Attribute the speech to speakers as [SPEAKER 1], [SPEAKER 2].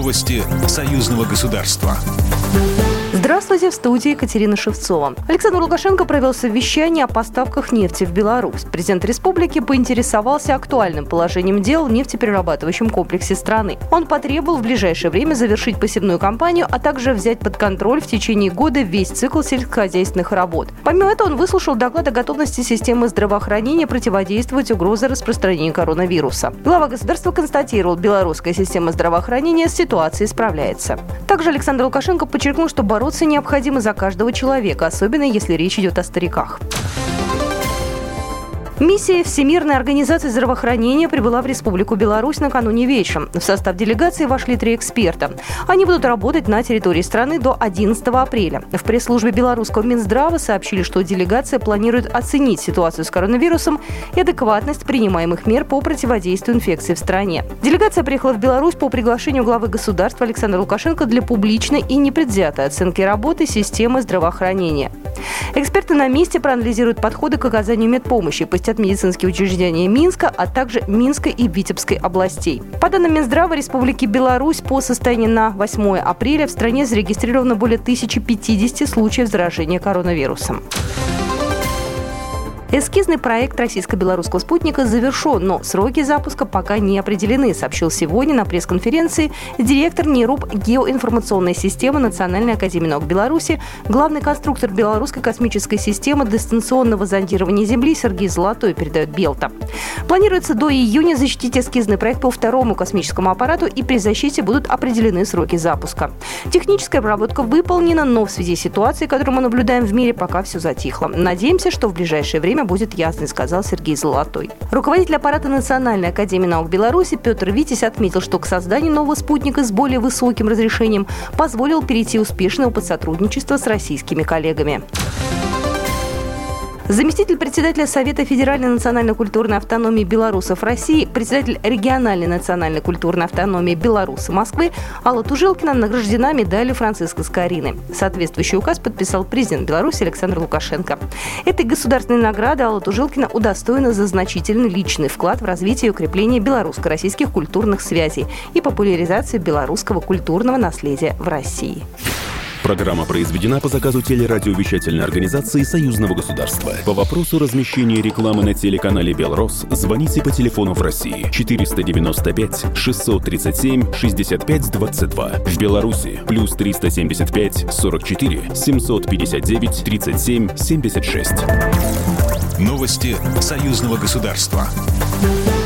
[SPEAKER 1] Новости союзного государства.
[SPEAKER 2] Здравствуйте, в студии Екатерина Шевцова. Александр Лукашенко провел совещание о поставках нефти в Беларусь. Президент республики поинтересовался актуальным положением дел в нефтеперерабатывающем комплексе страны. Он потребовал в ближайшее время завершить посевную кампанию, а также взять под контроль в течение года весь цикл сельскохозяйственных работ. Помимо этого, он выслушал доклад о готовности системы здравоохранения противодействовать угрозе распространения коронавируса. Глава государства констатировал, белорусская система здравоохранения с ситуацией справляется. Также Александр Лукашенко подчеркнул, что бороться необходимо за каждого человека, особенно если речь идет о стариках. Миссия Всемирной организации здравоохранения прибыла в Республику Беларусь накануне вечером. В состав делегации вошли 3 эксперта. Они будут работать на территории страны до 11 апреля. В пресс-службе белорусского Минздрава сообщили, что делегация планирует оценить ситуацию с коронавирусом и адекватность принимаемых мер по противодействию инфекции в стране. Делегация приехала в Беларусь по приглашению главы государства Александра Лукашенко для публичной и непредвзятой оценки работы системы здравоохранения. Эксперты на месте проанализируют подходы к оказанию медпомощи, посетят медицинские учреждения Минска, а также Минской и Витебской областей. По данным Минздрава Республики Беларусь, по состоянию на 8 апреля в стране зарегистрировано более 1050 случаев заражения коронавирусом. Эскизный проект российско-белорусского спутника завершен, но сроки запуска пока не определены, сообщил сегодня на пресс-конференции директор НИРУП геоинформационной системы Национальной академии наук Беларуси, главный конструктор белорусской космической системы дистанционного зондирования Земли Сергей Золотой, передает Белта. Планируется до июня защитить эскизный проект по 2-му космическому аппарату, и при защите будут определены сроки запуска. Техническая обработка выполнена, но в связи с ситуацией, которую мы наблюдаем в мире, пока все затихло. Надеемся, что в ближайшее время будет ясно, сказал Сергей Золотой. Руководитель аппарата Национальной академии наук Беларуси Петр Витязь отметил, что к созданию нового спутника с более высоким разрешением позволил перейти успешно опыт сотрудничества с российскими коллегами. Заместитель председателя Совета Федеральной национально-культурной автономии белорусов России, председатель региональной национальной культурной автономии белорусы Москвы Алла Тужилкина награждена медалью Франциска Скорины. Соответствующий указ подписал президент Беларуси Александр Лукашенко. Этой государственной награды Алла Тужилкина удостоена за значительный личный вклад в развитие и укрепление белорусско-российских культурных связей и популяризацию белорусского культурного наследия в России.
[SPEAKER 3] Программа произведена по заказу телерадиовещательной организации Союзного государства. По вопросу размещения рекламы на телеканале «Белрос» звоните по телефону в России 495 637 65 22. В Беларуси плюс 375 44 759 37 76.
[SPEAKER 1] Новости союзного государства.